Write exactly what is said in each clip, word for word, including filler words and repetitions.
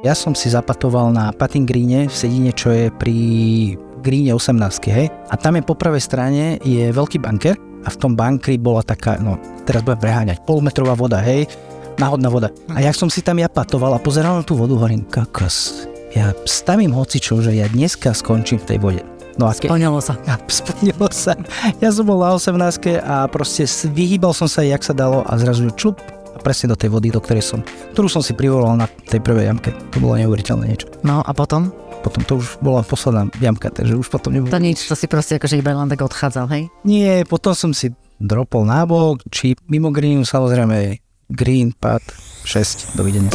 Ja som si zapatoval na putting greene v Sedine, čo je pri greene osemnásť, hej. A tam je po pravej strane je veľký bunker a v tom bunkeri bola taká, no teraz budem preháňať, polmetrová voda, hej, náhodná voda. A jak som si tam ja patoval a pozeral na tú vodu, hovorím, kakos, ja stavím hocičo, že ja dneska skončím v tej vode. No a splnilo sa. Ja, splnilo sa. Ja som bol na osemnástke a proste vyhýbal som sa, jak sa dalo a zrazu čup a presne do tej vody, do ktorej som, ktorú som si privolal na tej prvej jamke. To bolo neuveriteľné niečo. No a potom? Potom to už bola posledná jamka, takže už potom nebolo. To nič, to si proste akože iba len tak odchádzal, hej? Nie, potom som si dropol nábok, či mimo greenu, samozrejme green, pad, šesť, dovidenia.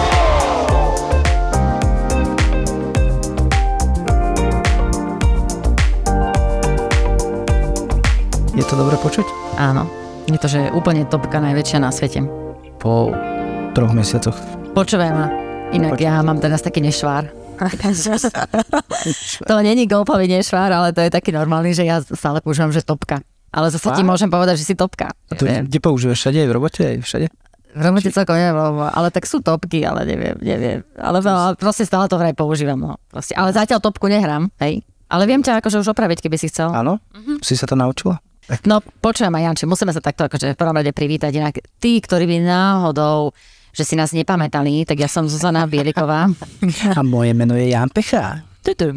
Je to dobre počuť? Áno. Je to, že je úplne topka najväčšia na svete. Po troch mesiacoch. Počúvaj ma. Inak Počuť. Ja mám teraz taký nešvár. To není golfový nešvár, ale to je taký normálny, že ja stále používam, že topka. Ale zase ti môžem povedať, že si topka. A to kde používaš? Všade? V robote? Všade? V robote celkom neviem, ale tak sú topky, ale neviem, neviem. Ale, ale proste stále to vraj používam. No. Proste, ale zatiaľ topku nehrám, hej. Ale viem ťa akože už opraviť, keby si chcel. Áno? Uh-huh. Si sa to naučila? No počujem aj Janči, musíme sa takto akože v prvom rade privítať. Inak tí, ktorí by náhodou, že si nás nepamätali, tak ja som Zuzana Bieliková. A moje meno je Jan Pecha.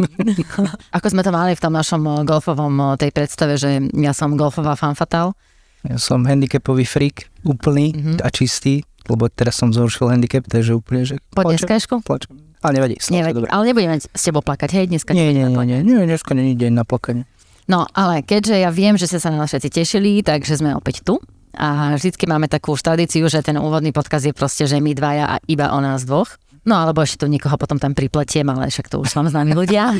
Ako sme to mali v tom našom golfovom tej predstave, že ja som golfová fan fatale. Ja som handicapový freak, úplný mm-hmm. a čistý, lebo teraz som zhoršil handicap, takže úplne, že... Po dneskašku? Plačem. Ale nevadí. nevadí. Ale nebudeme s tebou plakať, hej? Dneska nie, nie, nie, nie, nie, dneska nie je deň na plakanie. No, ale keďže ja viem, že ste sa na nás všetci tešili, takže sme opäť tu. A vždycky máme takú už tradíciu, že ten úvodný podcast je proste, že my dvaja a iba o nás dvoch. No, alebo ešte tu niekoho potom tam pripletiem, ale však to už sú vám známi ľudia.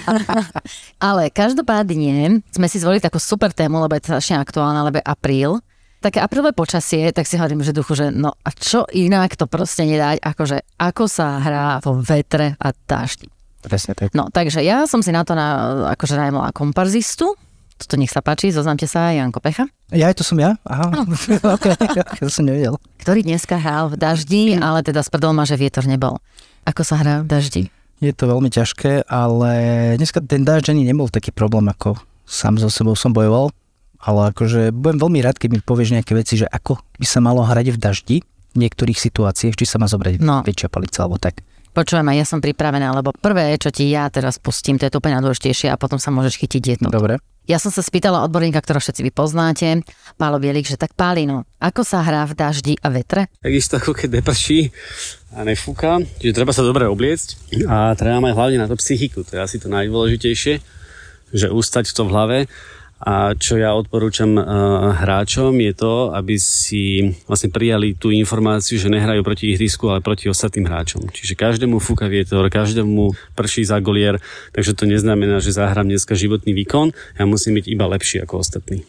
Ale každopádne sme si zvolili takú super tému, lebo je to strašne aktuálna, lebo je apríl. Také aprílové počasie, tak si hovorím, že duchu, že no a čo inak to proste nedať, akože ako sa hrá vo vetre a dáždi. Presne tak. No, takže ja som si na to na, akože najmala komparzistu. Toto nech sa páči, zoznámte sa, Janko Pecha. Ja, to som ja? Aha, no. okay, okay, to som nevedel. Ktorý dneska hral v daždi, ale teda sprdol ma, že vietor nebol. Ako sa hrá v daždi? Je to veľmi ťažké, ale dneska ten dažď ani nebol taký problém, ako sám so sebou som bojoval. Ale akože budem veľmi rád, keď mi povieš nejaké veci, že ako by sa malo hrať v daždi v niektorých situáciách, či sa má zobrať no. väčšia palica, alebo tak. Počujem, ja som pripravená, lebo prvé, čo ti ja teraz pustím, to je to úplne najdôležitejšie a potom sa môžeš chytiť jednu. Dobre. Ja som sa spýtala odborníka, ktorého všetci vy poznáte, Pálo Bielik, že tak Pálino, ako sa hrá v daždi a vetre? Takisto ako keď deprší a nefúka, čiže treba sa dobre obliecť a treba mať hlavne na to psychiku, to je asi to najdôležitejšie, že ustať to v hlave. A čo ja odporúčam uh, hráčom je to, aby si vlastne prijali tú informáciu, že nehrajú proti ihrisku, ale proti ostatným hráčom. Čiže každému fúka vietor, každému prší za golier, takže to neznamená, že zahrám dneska životný výkon, ja musím byť iba lepší ako ostatní.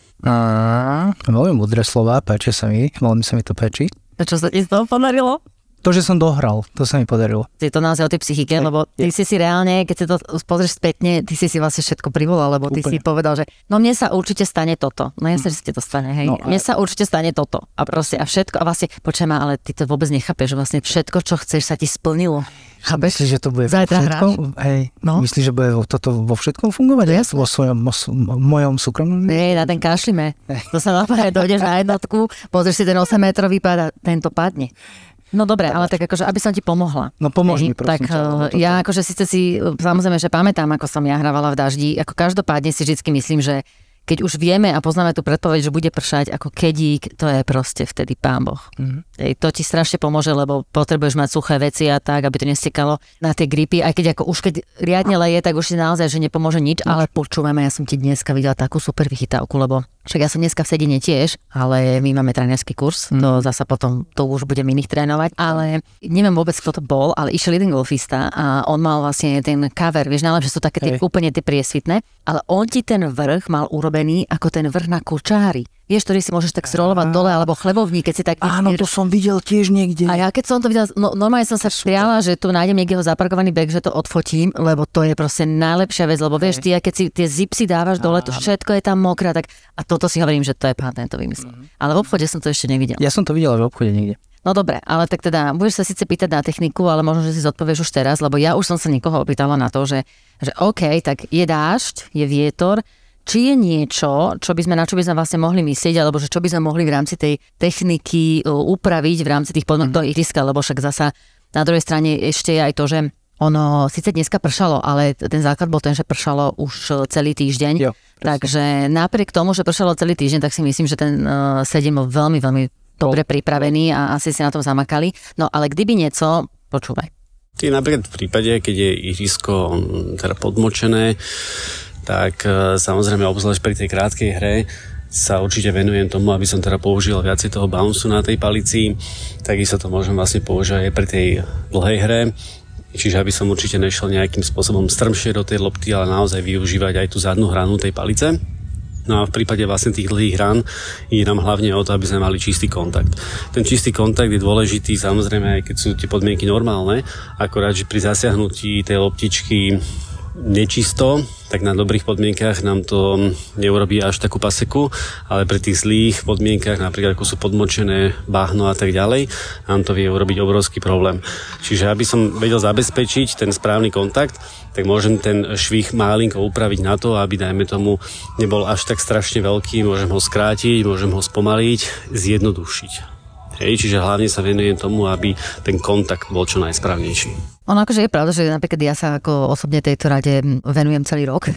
A, veľmi múdre slová, páči sa mi, veľmi sa mi to páči. A čo sa ti z toho podarilo? To, že som dohral, to sa mi podarilo. Je to naozaj o tej psychike, lebo ty si si reálne, keď si to pozrieš spätne, ty si si vlastne všetko privolal, lebo ty Úplne. Si povedal, že no mne sa určite stane toto. No jasne, že si to stane, hej. No, mne sa určite stane toto. A proste a všetko, a vlastne, počujem ma, ale ty to vôbec nechápeš, že vlastne všetko, čo chceš, sa ti splnilo. Chápeš? Myslíš, že to bude Zajtra vo všetkom? Hej, no? Myslíš, že bude toto vo všetkom fungovať? Ja vo svojom, mo, mojom súkromnom? Nie, na ten kašlime. To sa napája, dojdeš na jednotku, pozrieš si ten osemmetrový pád a tento padne. No dobre, ale tak akože, aby som ti pomohla. No pomôž mi, prosím. Tak uh, ja akože síce si, samozrejme, že pamätám, ako som ja hrávala v daždi, ako každopádne si vždycky myslím, že keď už vieme a poznáme tú predpoveď, že bude pršať ako kedík, to je proste vtedy Pán Boh. Mm-hmm. Ej, to ti strašne pomôže, lebo potrebuješ mať suché veci a tak, aby to nestekalo na tie gripy, aj keď ako už keď riadne leje, tak už si naozaj, že nepomôže nič, ale počúvame, ja som ti dneska videla takú super vychytávku, lebo však ja som dneska v Sedine tiež, ale my máme trénerský kurz, mm. to zasa potom to už budem iných trénovať, ale neviem vôbec, kto to bol, ale išiel jeden golfista a on mal vlastne ten cover, vieš, najlepšie sú také tie, úplne tie priesvitné, ale on ti ten vrch mal urobený ako ten vrch na kočári. Vieš, ktorý si môžeš tak srolovať dole, alebo chlebovník, keď si tak... Áno, to som videl tiež niekde. A ja keď som to videl, no normálne som sa priala, že tu nájdem niekde zaparkovaný bek, že to odfotím, lebo to je proste najlepšia vec, lebo vieš, ty, keď si tie zipsy dávaš dole, to všetko je tam mokré, tak a toto si hovorím, že to je patentový vymysel. Mm-hmm. Ale v obchode som to ešte nevidel. Ja som to videl v obchode niekde. No dobre, ale tak teda budeš sa síce pýtať na techniku, ale možno, že si zodpovieš už teraz, lebo ja už som sa niekoho opýtala na to, že, že OK, tak je dážď, je vietor, či je niečo, čo by sme, na čo by sme vlastne mohli myslieť, alebo že čo by sme mohli v rámci tej techniky upraviť v rámci tých podmienok do ihriska, lebo však zasa na druhej strane ešte je aj to, že ono síce dneska pršalo, ale ten základ bol ten, že pršalo už celý týždeň. Jo, takže napriek tomu, že pršalo celý týždeň, tak si myslím, že ten uh, sedem bol veľmi, veľmi dobre pripravený a asi si na tom zamakali. No ale kdyby niečo, počúvaj. Ty napríklad v prípade, keď je ihrisko teda podmočené, tak samozrejme obzvlášť pri tej krátkej hre sa určite venujem tomu, aby som teda použil viacej toho bouncu na tej palici. Takisto to môžem vlastne použiť aj pri tej dlhej hre. Čiže aby som určite nešiel nejakým spôsobom strmšie do tej lopty, ale naozaj využívať aj tú zadnú hranu tej palice. No a v prípade vlastne tých dlhých hrán ide nám hlavne o to, aby sme mali čistý kontakt. Ten čistý kontakt je dôležitý, samozrejme, aj keď sú tie podmienky normálne, akorát, že pri zasiahnutí tej loptičky nečisto, tak na dobrých podmienkach nám to neurobí až takú paseku, ale pri tých zlých podmienkach, napríklad ako sú podmočené bahno a tak ďalej, nám to vie urobiť obrovský problém. Čiže aby som vedel zabezpečiť ten správny kontakt, tak môžem ten švih malinko upraviť na to, aby, dajme tomu, nebol až tak strašne veľký, môžem ho skrátiť, môžem ho spomaliť, zjednodušiť. Hej, čiže hlavne sa venujem tomu, aby ten kontakt bol čo najsprávnejší. Ono akože je pravda, že napríklad ja sa ako osobne tejto rade venujem celý rok.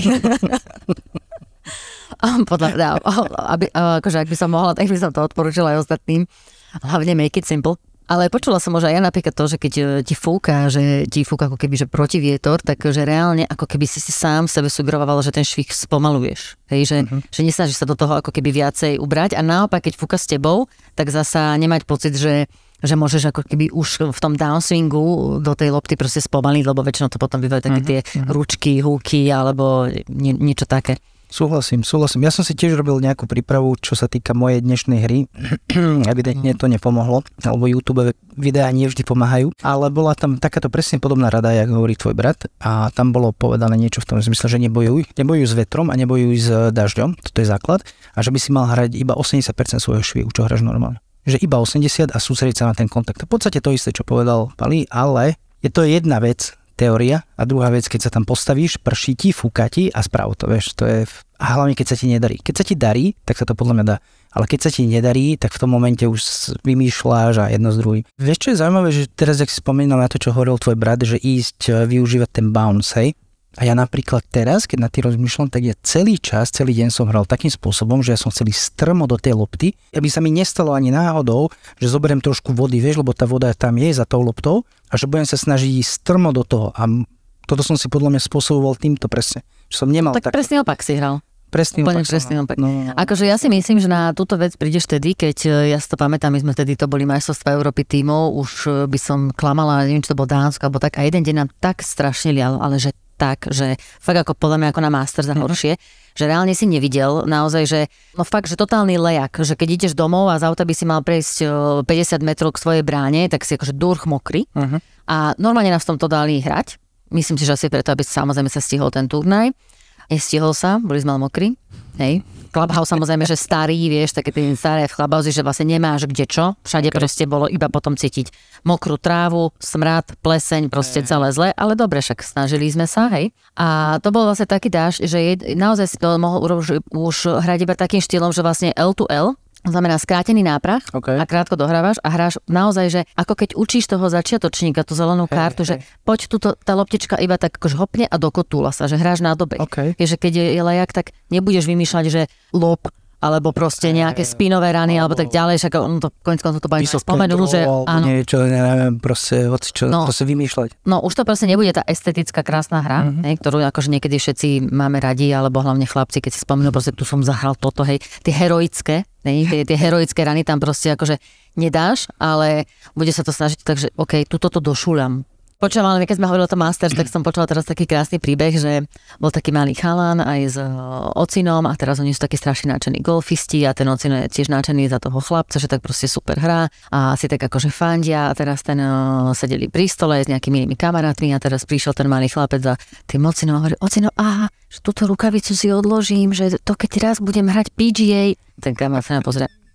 Podľa, aby, akože ak by som mohla, tak by som to odporúčila aj ostatným. Hlavne make it simple. Ale počula som možno aj ja napríklad to, že keď ti fúka, že ti fúka ako keby, že protivietor, tak že reálne ako keby si si sám sebe sugeroval, že ten švih spomaluješ. Hej, že, uh-huh. že nesnažíš sa do toho ako keby viacej ubrať a naopak, keď fúka s tebou, tak zasa nemať pocit, že, že môžeš ako keby už v tom downswingu do tej lopty proste spomaliť, lebo väčšinou to potom bývajú také tie uh-huh. ručky, húky alebo nie, niečo také. Súhlasím, súhlasím. Ja som si tiež robil nejakú prípravu, čo sa týka mojej dnešnej hry. Evidentne to nepomohlo, alebo YouTube videá nie vždy pomáhajú, ale bola tam takáto presne podobná rada, jak hovorí tvoj brat, a tam bolo povedané niečo v tom zmysle, že nebojuj, nebojuj s vetrom a nebojuj s dažďom, toto je základ, a že by si mal hrať iba osemdesiat percent svojho švihu, čo hráš normálne. Že iba osemdesiat a sústrediť sa na ten kontakt. V podstate to isté, čo povedal Pali, ale je to jedna vec, teória, a druhá vec, keď sa tam postavíš, prší ti, fúka ti a správ to, vieš, to je, a hlavne keď sa ti nedarí. Keď sa ti darí, tak sa to podľa mňa dá, ale keď sa ti nedarí, tak v tom momente už vymýšľaš a jedno z druhým. Vieš, čo je zaujímavé, že teraz, ak si spomínal na to, čo hovoril tvoj brat, že ísť využívať ten bounce, hej, a ja napríklad teraz, keď na tým rozmýšľam, tak ja celý čas, celý deň som hral takým spôsobom, že ja som chcel strmo do tej lopty, aby sa mi nestalo ani náhodou, že zoberiem trošku vody, vieš, lebo tá voda tam je za tou loptou a že budem sa snažiť ísť strmo do toho. A toto som si podľa mňa spôsoboval týmto presne. Že som nemal tak, tak presný opak si hral. Presný opak. Presný opak. No, no, no. Akože ja si myslím, že na túto vec prídeš tedy, keď ja si to pamätám, my sme tedy to boli majstrovstvá Európy tímov, už by som klamala, neviem, či to bolo Dánsko alebo tak, a jeden deň nám tak strašne lial, ale že tak, že fakt ako podľa mňa ako na Masters a horšie, že reálne si nevidel naozaj, že no fakt, že totálny lejak, že keď ideš domov a z auta by si mal prejsť päťdesiat metrov k svojej bráne, tak si akože durch mokrý. Uh-huh. A normálne nás v tomto dali hrať. Myslím si, že asi preto, aby samozrejme sa stihol ten turnaj. Nestihol sa, boli sme mokrí. Hej. Clubhouse samozrejme, že starý, vieš, také tie staré v Clubhouse, že vlastne nemáš kde čo. Všade okay. proste bolo iba potom cítiť mokrú trávu, smrad, pleseň, proste hey. celé zle, ale dobre, však snažili sme sa, hej. A to bol vlastne taký dážď, že je, naozaj si to mohol už, už hrať iba takým štýlom, že vlastne L to L, znamená skrátený náprah okay. a krátko dohrávaš a hráš naozaj, že ako keď učíš toho začiatočníka, tú zelenú hey, kartu, hey. že poď tuto, tá loptička iba tak akože hopne a dokotúla sa, že hráš na dobe. Okay. Je, že keď je, je lejak, tak nebudeš vymýšľať, že lop alebo proste nejaké spinové rany, alebo tak ďalej, však on to koniec koncov to bajne spomenul, že áno. Niečo, neviem, proste, čo, no, proste vymýšľať. No už to proste nebude tá estetická krásna hra, mm-hmm. hej, ktorú akože niekedy všetci máme radi, alebo hlavne chlapci, keď si spomenú, proste tu som zahral toto, hej, tie heroické, hej, tie, tie heroické rany tam proste akože nedáš, ale bude sa to snažiť, takže okej, okay, tuto to došúľam. Počúvam, ale keď sme hovorili o tom Masters, tak som počula teraz taký krásny príbeh, že bol taký malý chalan aj s ocinom a teraz oni sú takí strašne nadšení golfisti a ten ocino je tiež nadšený za toho chlapca, že tak proste super hrá a si tak akože fandia a teraz ten uh, sedeli pri stole s nejakými inými kamarátmi a teraz prišiel ten malý chlapec za tým ocinom a hovorí, ocino, aha, že túto rukavicu si odložím, že to keď raz budem hrať P G A, ten kamarát sa ma pozrie,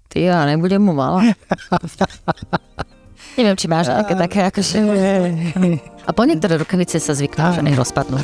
Ty, ja nebudem mu mala. Neviem, či máš nejaké také akože... A po niektoré rukavice sa zvyknú, že nech rozpadnú.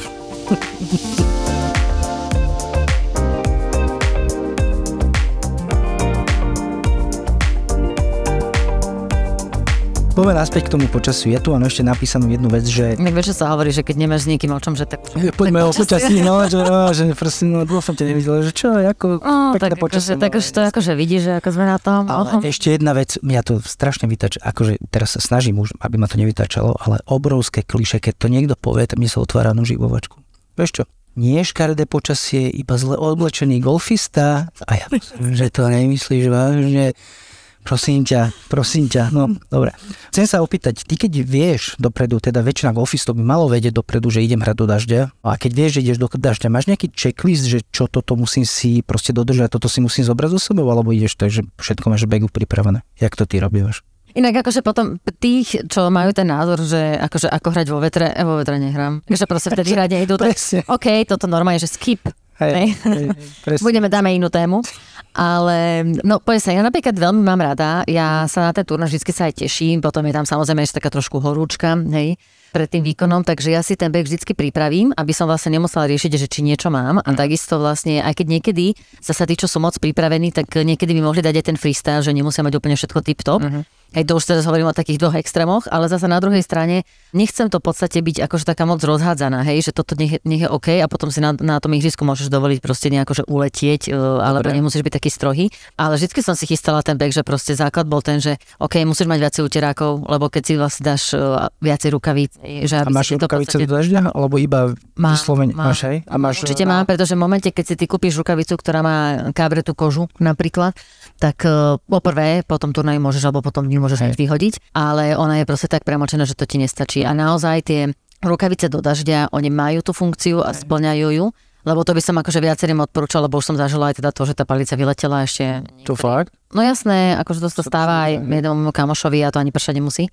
Poďme naspäť k tomu počasiu. Ja tu mám ešte napísanú jednu vec, že... Tak vieš, čo sa hovorí, že keď nemáš s niekým o čom, že tak... Poďme o počasí, no, že, no, že proste, no, dlho som ťa nevidel, že čo, ako oh, pekné tak počasie. Akože, tak už to akože vidíš, že ako sme na tom. Ale oh. ešte jedna vec, ja to strašne vytač, akože teraz sa snažím už, aby ma to nevytačalo, ale obrovské klišé, keď to niekto povie, tak mi sa otvára nožík vo vačku. Vieš čo? Nie škaredé počasie, iba zle oblečený golfista. A ja myslím, že to nemyslíš vážne. Prosím ťa, prosím ťa, no dobre. Chcem sa opýtať, ty keď vieš dopredu, teda väčšina golfistov by malo vedieť dopredu, že idem hrať do dažďa, a keď vieš, že ideš do dažďa, máš nejaký checklist, že čo toto musím si proste dodržať, toto si musím zobrať so sebou, alebo ideš tak, že všetko máš v bagu pripravené? Jak to ty robíš? Inak akože potom tých, čo majú ten názor, že akože ako hrať vo vetre, e, vo vetre nehrám. Takže proste vtedy hrať nejdu, tak OK, toto normálne, že skip. Hej, hej, hej, budeme, dáme inú tému. Ale, no povedz sa, ja napríklad veľmi mám rada, ja sa na ten turnaj vždy sa aj teším, potom je tam samozrejme ešte taká trošku horúčka, hej, pred tým výkonom, takže ja si ten beh vždycky pripravím, aby som vlastne nemusela riešiť, že či niečo mám, a takisto vlastne, aj keď niekedy, zasa tí, čo sú moc pripravení, tak niekedy by mohli dať aj ten freestyle, že nemusia mať úplne všetko tip-top. Uh-huh. Hej, to už teraz hovorím o takých dvoch extrémoch, ale zasa na druhej strane nechcem to v podstate byť akože taká moc rozhádzaná, hej, že toto nech, nech je OK a potom si na, na tom ihrisku môžeš dovoliť proste nejako, že uletieť, alebo nemusíš byť taký strohý. Ale vždycky som si chystala ten beh, že proste základ bol ten, že OK, musíš mať viacej uterákov, lebo keď si vlastne dáš viacej rukavíc. Že a máš rukavice podstate... do dažďa, alebo iba vyslovene máš, hej? A máš... Určite mám, pretože v momente, keď si ty kúpiš rukavicu, ktorá má kábretú kožu napríklad, tak uh, poprvé po tom turnaji môžeš, alebo potom dňu môžeš hej. vyhodiť, ale ona je proste tak premočená, že to ti nestačí. A naozaj tie rukavice do dažďa, oni majú tú funkciu a splňajú ju, lebo to by som akože viacerým odporúčala, lebo už som zažila aj teda to, že tá palica vyletela ešte. To fakt? No jasné, akože to sa stáva aj jednomu kamošovi a to ani pršať nemusí.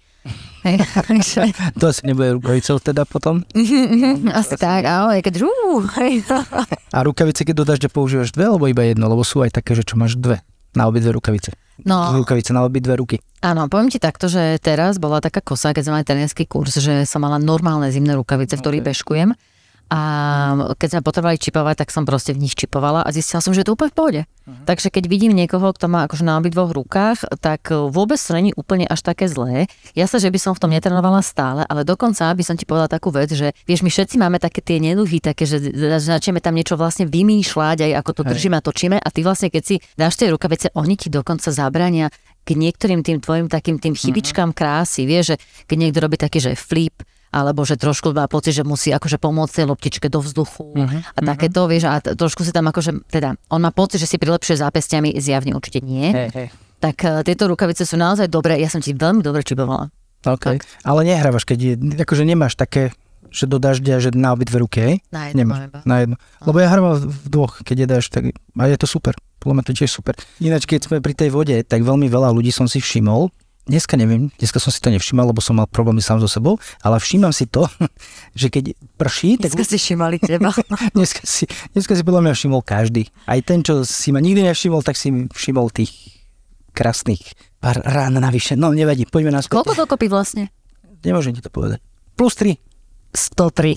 To asi nebude rukavicou teda potom? Asi tak, ale keď žú. A rukavice, keď do dažďa používaš dve, alebo iba jedno? Lebo sú aj také, že čo máš dve na obidve rukavice. No, rukavice na obidve ruky. Áno, poviem ti takto, že teraz bola taká kosa, keď sme mali trénerský kurz, že som mala normálne zimné rukavice, v ktorých okay. bežkujem. A keď sme potrebovali čipovať, tak som proste v nich čipovala a zistila som, že je to úplne v pohode. Uh-huh. Takže keď vidím niekoho, kto má akože na obidvoch rukách, tak vôbec to není úplne až také zlé. Ja sa, že by som v tom netrenovala stále, ale dokonca by som ti povedala takú vec, že vieš, my všetci máme také tie neduhy, také, že začneme tam niečo vlastne vymýšľať, aj ako to držíme a točíme, a ty vlastne, keď si dáš tie rukavice, oni ti dokonca zabrania k niektorým tým tvojim takým tým chybičkám krásy. Vieš, že keď niekto robí taký, že flip, alebo že trošku má pocit, že musí akože pomôcť tej loptičke do vzduchu uh-huh, a takéto, uh-huh. vieš, a t- trošku si tam akože, teda, on má pocit, že si prilepšuje zápestiami, zjavne určite nie. Hey, hey. Tak uh, tieto rukavice sú naozaj dobré, ja som ti veľmi dobre čipovala. OK, tak. Ale nehrávaš, keď je, akože nemáš také, že do dažďa, že na obidve ruky, hej? Na jedno. Nemáš, na jedno. Lebo ja hrám v dvoch, keď jedáš, tak a je to super. Podľa mňa to tiež super. Ináč, keď sme pri tej vode, tak veľmi veľa ľudí som si všimol. Dneska neviem, dneska som si to nevšimal, lebo som mal problémy sám so sebou, ale všímam si to, že keď prší... Dneska tak... si všimali teba. dneska, si, dneska si podľa mňa všimol každý. Aj ten, čo si ma nikdy nevšimol, tak si všimol tých krásnych pár rán navyše. No, nevadí, poďme naspäť. Koľko dokopy vlastne? Nemôžem ti to povedať. Plus tri. sto tri.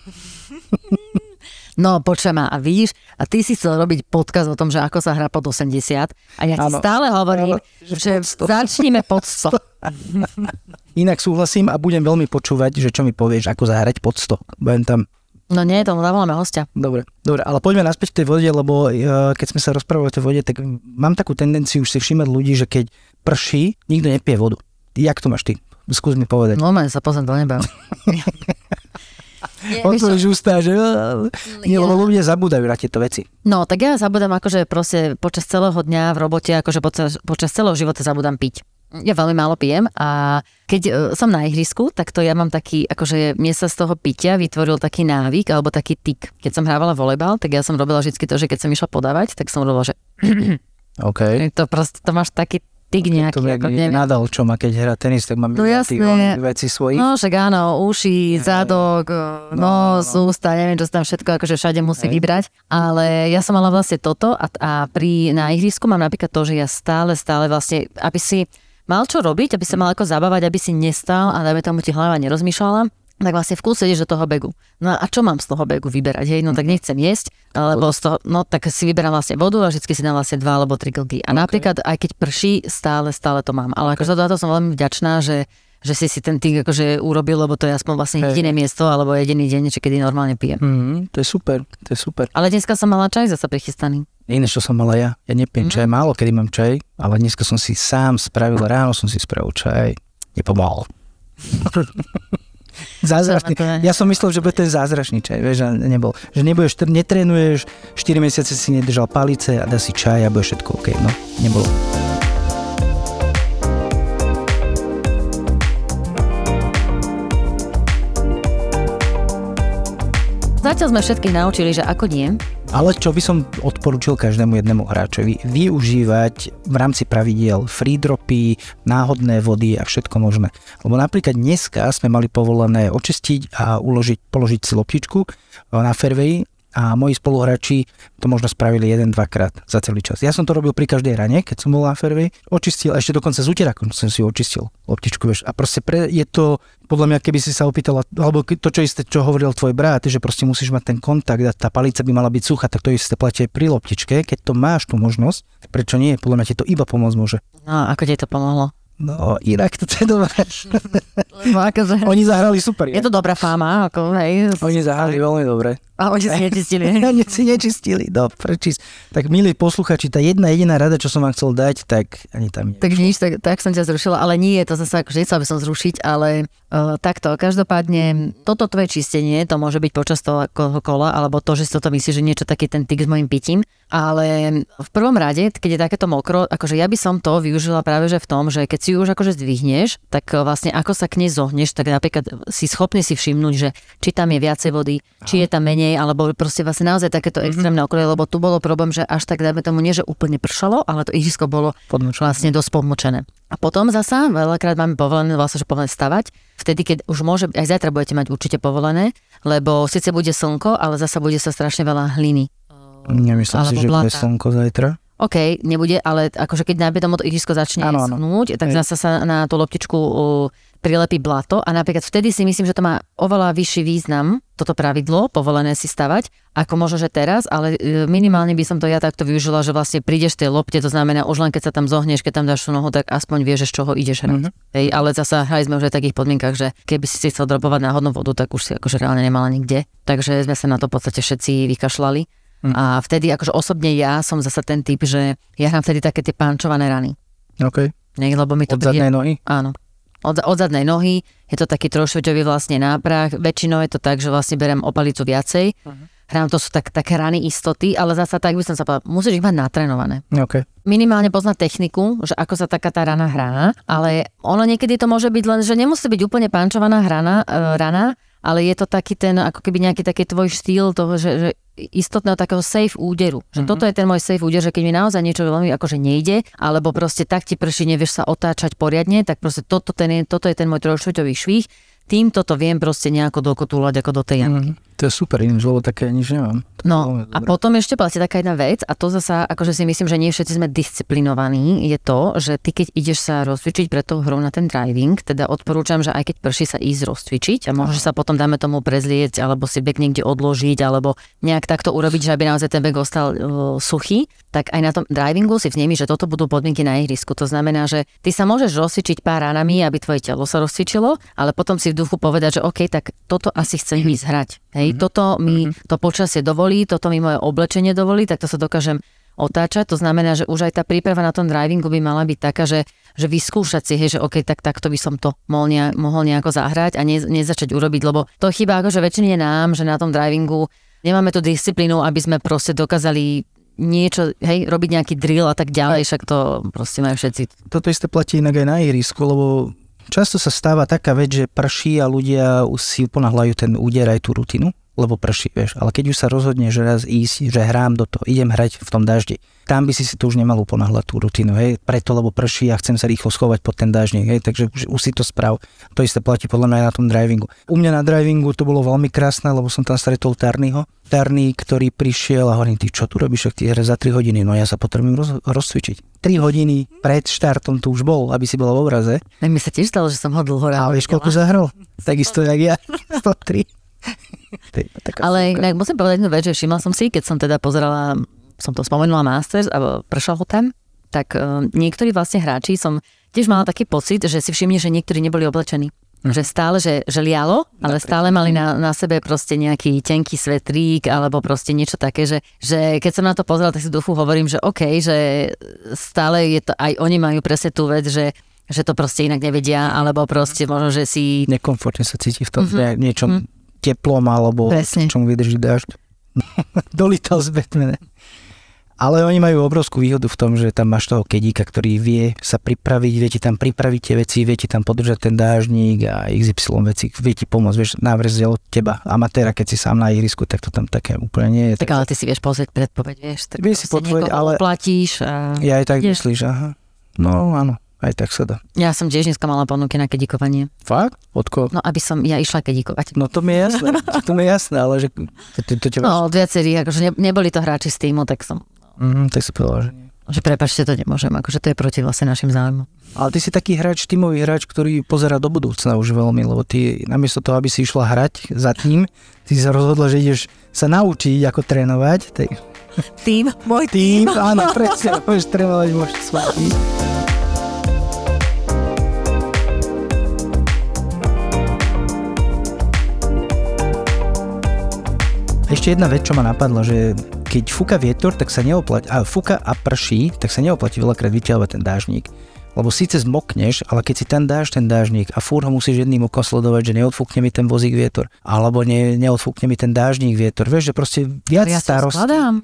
No, počujem ma, a vidíš, a ty si chcel robiť podcast o tom, že ako sa hrá pod osemdesiat, a ja ti ano. stále hovorím, ano, že, že začníme pod sto. Inak súhlasím a budem veľmi počúvať, že čo mi povieš, ako zahrať pod sto. Budem tam... No nie, tomu zavoláme hostia. Dobre, dobre, ale poďme naspäť k tej vode, lebo uh, keď sme sa rozprávali o tej vode, tak mám takú tendenciu už si všímať ľudí, že keď prší, nikto nepije vodu. Jak to máš ty? Skús mi povedať. No, man sa pozriem do neba. Otvoríš ústa, že nie, lebo ľudia zabúdajú na tieto veci. No, tak ja zabudám akože proste počas celého dňa v robote, akože počas, počas celého života zabudám piť. Ja veľmi málo pijem a keď uh, som na ihrisku, tak to ja mám taký, akože mne sa z toho pitia vytvoril taký návyk alebo taký tik. Keď som hrávala volejbal, tak ja som robila vždy to, že keď som išla podávať, tak som robila, že OK. To proste, to máš taký tik nejaký. To ako, je Nadal, čo má, keď hrá tenis, tak má no, milióny veci svojich. No však áno, uši, zadok, no, nos, no. ústa, neviem, čo tam všetko, akože všade musí Hej. vybrať. Ale ja som mala vlastne toto a, a pri, na ihrisku mám napríklad to, že ja stále, stále vlastne, aby si mal čo robiť, aby sa mal ako zabávať, aby si nestal a dajme tomu ti hlava nerozmýšľala, tak vlastne v kúse ideš do toho begu. No a čo mám z toho begu vyberať? Hej, no tak nechcem jesť, lebo z toho, no tak si vyberám vlastne vodu a vždycky si dám vlastne dva alebo tri glgy. A okay. napríklad aj keď prší, stále, stále to mám. Ale okay. akože za to som veľmi vďačná, že že si si ten týk akože urobil, lebo to je aspoň vlastne jediné miesto, alebo jediný deň, či kedy normálne pijem. Mm, to je super, to je super. Ale dneska som mala čaj zasa prichystaný. Iné, čo som mala ja. Ja nepijem mm. čaj, málo kedy mám čaj, ale dneska som si sám spravil, ráno som si spravil čaj. Nepomohol. Zázračný. Ja som myslel, že bude ten zázračný čaj, vieš, a nebol. Že nebudeš, netrénuješ, štyri mesiace si nedržal palice a dá si čaj a bude všetko OK. No, nebolo. Zatiaľ sme všetkých naučili, že ako nie. Ale čo by som odporúčil každému jednému hráčovi, využívať v rámci pravidiel free dropy, náhodné vody a všetko možné. Lebo napríklad dneska sme mali povolené očistiť a uložiť, položiť si loptičku na fairway a moji spoluhráči to možno spravili jeden, dvakrát za celý čas. Ja som to robil pri každej rane, keď som bol na fairway, očistil, a ešte dokonca z úterakom som si očistil loptičku, vieš. A proste pre, je to, podľa mňa, keby si sa opýtala, alebo to, čo isté, čo hovoril tvoj brat, že proste musíš mať ten kontakt a tá palica by mala byť suchá, tak to isté platí aj pri loptičke, keď to máš tú možnosť, prečo nie? Podľa mňa ti to iba pomôcť môže. No, ako ti to pomohlo? No, inak to je dobré. No, akože... Oni zahrali super. Je to dobrá fáma, ako hej. Oni zahrali veľmi dobre. A oni si nečistili. Oni si nečistili, no prečísť. Tak milí posluchači, tá jedna jediná rada, čo som vám chcel dať, tak ani tam nie. Tak nič, tak, tak som ťa zrušila, ale nie, to zase akože nechcela by som zrušiť, ale uh, takto, každopádne toto tvoje čistenie, to môže byť počas toho kola, alebo to, že si toto myslíš, že niečo taký ten tik s mojím pitím, ale v prvom rade, keď je takéto mokro, akože ja by som to využila práve že v tom, že keď si ju už akože zdvihneš, tak vlastne ako sa k nej zohneš, tak napríklad si schopný si všimnúť, že či tam je viacej vody, či je tam menej, alebo proste vlastne naozaj takéto extrémne okolie, lebo tu bolo problém, že až tak dajme tomu nie, že úplne pršalo, ale to ihrisko bolo podmočené. Vlastne dosť podmočené. A potom zasa veľakrát máme povolené, vlastne, že povolené stavať, vtedy, keď už môže, aj zajtra budete mať určite povolené, lebo síce bude slnko, ale zasa bude sa strašne veľa hliny. Nemyslím si, že bude slnko zajtra. OK, nebude, ale akože keď najmä tomu to ihrisko začne ano, schnúť, tak zasa sa na tú loptičku uh, prilepí blato a napríklad vtedy si myslím, že to má oveľa vyšší význam, toto pravidlo, povolené si stavať, ako možno, že teraz, ale minimálne by som to ja takto využila, že vlastne prídeš tej lopte, to znamená už len keď sa tam zohneš, keď tam dáš tú nohu, tak aspoň vieš, z čoho ideš hrať. Mm-hmm. Hej, ale zasa hrali sme už aj v takých podmienkach, že keby si si chcel dropovať náhodnú vodu, tak už si akože reálne nemala nikde. Takže sme sa na to v podstate všetci vykašľali. Mm. A vtedy, akože osobne ja som zasa ten typ, že ja hrám vtedy také tie pančované rany. OK. Nie, lebo mi to od zadnej nohy? Áno. Od, od zadnej nohy, je to taký trošveťový vlastne náprah, väčšinou je to tak, že vlastne berem o palicu viacej. Uh-huh. Hrám, to sú tak, také rany istoty, ale zasa tak by som sa povedal, musíš ich mať natrénované. Okay. Minimálne poznať techniku, že ako sa taká tá rana hrá, ale ono niekedy to môže byť len, že nemusí byť úplne pančovaná hrana, uh, rana, ale je to taký ten, ako keby nejaký taký tvoj štýl toho, že, že istotného takého safe úderu. Že mm-hmm. toto je ten môj safe úder, že keď mi naozaj niečo veľmi akože nejde, alebo proste tak ti prší, nevieš sa otáčať poriadne, tak proste toto, ten je, toto je ten môj trojštvrťový švih. Týmto to viem proste nejako dokotúľať ako do tej jamky. Mm, to je super, ináč, lebo také nič nemám. No a potom ešte platí taká jedna vec a to zasa, akože si myslím, že nie všetci sme disciplinovaní, je to, že ty keď ideš sa rozcvičiť pred tou hrou na ten driving, teda odporúčam, že aj keď prší sa ísť rozcvičiť a môžeš sa potom dáme tomu prezlieť alebo si bek niekde odložiť alebo nejak takto urobiť, že aby naozaj ten bek ostal uh, suchý, tak aj na tom drivingu si vnemi, že toto budú podmienky na ihrisku. To znamená, že ty sa môžeš rozcvičiť pár ranami, aby tvoje telo sa rozcvičilo, ale potom si v duchu povedať, že OK, tak toto asi chcem ísť hrať. Hej, mm-hmm. toto mi to počasie dovolí, toto mi moje oblečenie dovolí, tak to sa dokážem otáčať. To znamená, že už aj tá príprava na tom drivingu by mala byť taká, že, že vyskúšať si, hej, že OK, tak takto by som to mohol, nejak, mohol nejako zahrať a ne, nezačať urobiť, lebo to chýba akože väčšine nám, že na tom drivingu nemáme tú disciplínu, aby sme proste dokázali niečo, hej, robiť nejaký drill a tak ďalej, však to proste majú všetci. Toto isté platí inak aj na ihrisku, lebo často sa stáva taká vec, že prší a ľudia si ponáhľajú ten úder aj tú rutinu lebo prší, vieš. Ale keď už sa rozhodne, že raz ísť, že hrám do toho, idem hrať v tom daždi, tam by si si to už nemal uponáhľať tú rutinu, hej, preto, lebo prší a chcem sa rýchlo schovať pod ten dážnik, hej, takže už, už si to sprav. To isté platí podľa mňa aj na tom drivingu. U mňa na drivingu to bolo veľmi krásne, lebo som tam stretol Tarnyho. Tarny, ktorý prišiel a hovorím, ty čo tu robíš, ak ty hre za tri hodiny, no ja sa potrebujem roz, rozcvičiť. tri hodiny pred štartom tu už bol, aby si bola v obraze. Tak mi sa tiež stalo, že som ho dlho rád. A vieš, koľko zahral? Takisto jak ja, sto tri. Ale inak musím povedať jednu vec, že všimla som si, keď som teda pozerala, som to spomenula Masters a pršal ho tam, tak uh, niektorí vlastne hráči, som tiež mala taký pocit, že si všimne, že niektorí neboli oblečení. Mm. Že stále, že, že lialo, ale stále mali na, na sebe proste nejaký tenký svetrík alebo proste niečo také, že, že keď som na to pozerala, tak si duchu hovorím, že OK, že stále je to, aj oni majú presne tú vec, že že to proste inak nevedia, alebo proste možno, že si... Nekomfortne sa cíti v tom mm-hmm. niečom mm-hmm. teplom, alebo presne. Čom vydrží dážď. Dolítal z Batmana. Ale oni majú obrovskú výhodu v tom, že tam máš toho kedíka, ktorý vie sa pripraviť, vie ti tam pripraviť tie veci, vie ti tam podržať ten dážnik a iks ypsilon veci, vie ti pomôcť, vieš, návrh od teba, amatéra, keď si sám na ihrisku, tak to tam také úplne nie je. Tak, tak ale ty si vieš pozrieť predpoveď, vieš, tak vieš si podpoveď, ale... platíš a... Ja aj tak ideš. Myslíš, aha. No áno. Aj tak sa dá. Ja som tiež dneska mala ponuky na kedíkovanie. Fakt? Od koho? No, aby som ja išla kedíkovať. No to mi je jasné, to mi je jasné, ale že... To, to, to no, od viacerých, akože ne, neboli to hráči z týmu, tak som... Mm, tak si povedala, že nie. Že prepáčte, to nemôžem, akože to je proti vlastne našim záujmom. Ale ty si taký hráč, tímový hráč, ktorý pozerá do budúcna už veľmi, lebo ty namiesto toho, aby si išla hrať za tým, ty si sa rozhodla, že ideš sa naučiť, ako trénovať. Tak... Tým? Môj tým? Áno, presne, môžeš trénovať, môžeš smátiť. Ešte jedna vec, čo ma napadlo, že keď fúka vietor, tak sa neoplatí, a fúka a prší, tak sa neoplatí veľakrát vyťahovať ten dážnik. Lebo síce zmokneš, ale keď si tam dáš ten dážnik a fúr ho musíš jedným okom sledovať, že neodfúkne mi ten vozík vietor, alebo ne, neodfúkne mi ten dážnik vietor. Vieš, že proste viac ja starostí.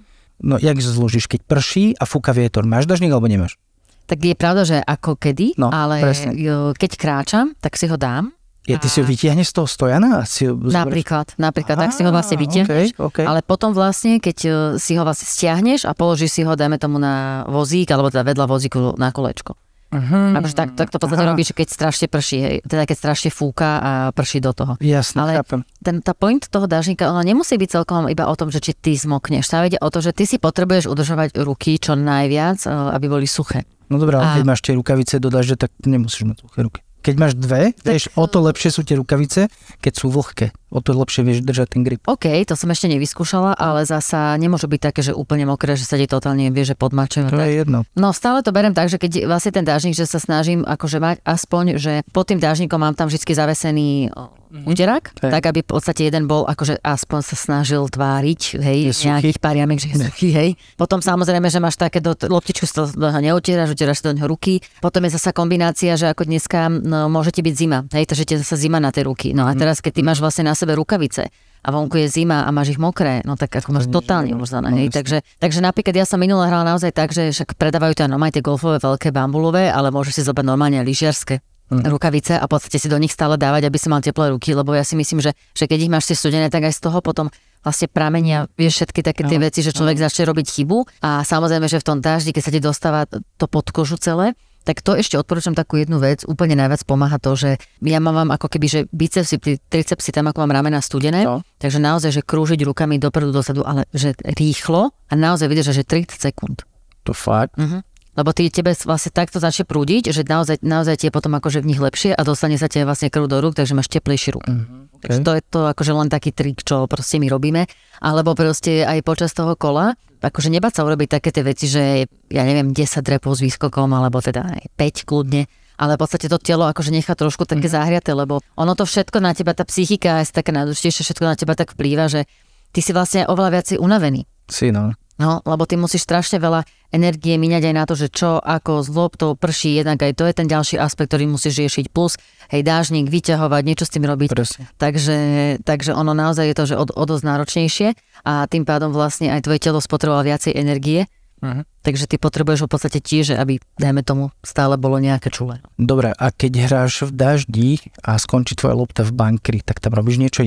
No, jak zložíš, keď prší a fúka vietor, máš dážnik alebo nemáš? Tak je pravda, že ako kedy, no, ale presne. Keď kráčam, tak si ho dám. Je, ty si ho vytiahneš z toho stojana? Si ho napríklad, napríklad, Aha, tak si ho vlastne vytiahneš, okay, okay. ale potom vlastne, keď si ho vlastne stiahneš a položíš si ho, dajme tomu na vozík, alebo teda vedľa vozíku na kolečko. Uh-huh. Akože tak, tak to v podstate robíš, keď strašne prší, hej, teda keď strašne fúka a prší do toho. Jasné, ale chápem. Ten, tá point toho dážnika, ono nemusí byť celkom iba o tom, že či ty zmokneš. Tá ide o to, že ty si potrebuješ udržovať ruky čo najviac, aby boli suché. No dobré, ale a... keď máš tie rukavice do dažďa, tak nemusíš mať suché ruky. Keď máš dve, tak... vieš, o to lepšie sú tie rukavice, keď sú vlhké. O to lepšie vieš držať ten grip. OK, to som ešte nevyskúšala, ale zasa nemôžu byť také, že úplne mokré, že sa ti totálne vie, že podmačujem. To je jedno. No stále to berem tak, že keď vlastne ten dážnik, že sa snažím akože mať aspoň, že pod tým dážnikom mám tam vždy zavesený úderák, mm-hmm. tak aby v podstate jeden bol akože aspoň sa snažil tváriť, hej, nejakých pár jamek, že je suchý, hej. Potom samozrejme, že máš také do loptičku, z toho neutieraš, utieraš do neho ruky. Potom je zasa kombinácia, že ako dneska no, môže ti byť zima, hej, takže ti je zasa zima na tie ruky. No a teraz keď ty máš vlastne na sebe rukavice a vonku je zima a máš ich mokré, no tak ako máš totálne umoždané, hej. Takže, takže napríklad ja som minule hrala naozaj tak, že však predávajú to aj normálne tie golfové veľké bambulové, ale môžeš si zobrať normálne lyžiarske mm. rukavice a v podstate si do nich stále dávať, aby si mal teplé ruky, lebo ja si myslím, že, že keď ich máš tie studené, tak aj z toho potom vlastne pramenia, vieš, všetky také tie veci, že človek začne robiť chybu a samozrejme, že v tom dáždi, keď sa ti dostáva to pod kožu celé, tak to ešte odporúčam takú jednu vec, úplne najviac pomáha to, že ja mám ako keby, že bicepsy, tricepsy tam ako mám ramena studené, no. Takže naozaj, že krúžiť rukami dopredu, dozadu, ale že rýchlo a naozaj vydržať, že tridsať sekúnd. To fakt? Uh-huh. Lebo ty tebe vlastne takto začne prúdiť, že naozaj, naozaj tie potom akože v nich lepšie a dostane sa tie vlastne krv do rúk, takže máš teplejší rúk. Uh-huh. Okay. Takže to je to akože len taký trik, čo proste my robíme. Alebo proste aj počas toho kola, akože nebáť sa urobiť také tie veci, že ja neviem, desať repov s výskokom, alebo teda aj päť kľudne, ale v podstate to telo akože nechá trošku také mm-hmm. zahriaté, lebo ono to všetko na teba, tá psychika je také najdôležitejšie, všetko na teba tak vplýva, že ty si vlastne oveľa viac unavený. Si, no. No, lebo ty musíš strašne veľa energie míňať aj na to, že čo, ako, z loptou prší, jednak aj to je ten ďalší aspekt, ktorý musíš riešiť, plus hej, dážnik, vyťahovať, niečo s tým robiť. Takže, takže ono naozaj je to, že o, o dosť náročnejšie a tým pádom vlastne aj tvoje telo spotrebovalo viacej energie, uh-huh. takže ty potrebuješ v podstate tiež, aby, dajme tomu, stále bolo nejaké čulé. Dobre, a keď hráš v daždi a skončí tvoja lopta v bankri, tak tam robíš niečo iné?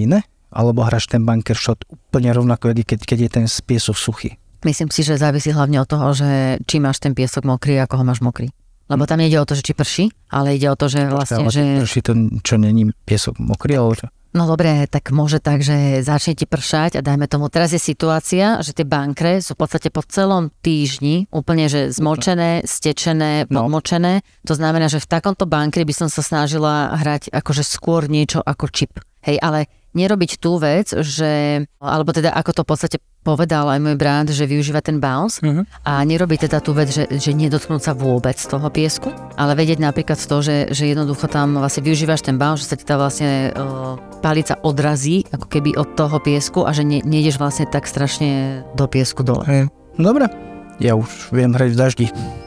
alebo hráš ten bunker shot úplne rovnako, keď, keď je ten piesok suchý? Myslím si, že závisí hlavne od toho, že či máš ten piesok mokrý, ako ho máš mokrý. Lebo tam nejde o to, že či prší, ale ide o to, že vlastne, ale že... prší to, čo není piesok mokrý, alebo čo? No dobre, tak môže tak, že začne ti pršať a dajme tomu, teraz je situácia, že tie bankre sú v podstate po celom týždni úplne, že zmočené, stečené, no. podmočené. To znamená, že v takomto bankre by som sa snažila hrať akože skôr niečo ako čip. Hej, ale nerobiť tú vec, že, alebo teda ako to v podstate povedal aj môj brat, že využíva ten bounce uh-huh. a nerobiť teda tú vec, že, že nedotknúť sa vôbec toho piesku, ale vedieť napríklad to, že, že jednoducho tam vlastne využívaš ten bounce, že sa ti tá vlastne uh, palica odrazí ako keby od toho piesku a že ne, nejdeš vlastne tak strašne do piesku dole. Hey. Dobre, ja už viem hrať v daždi.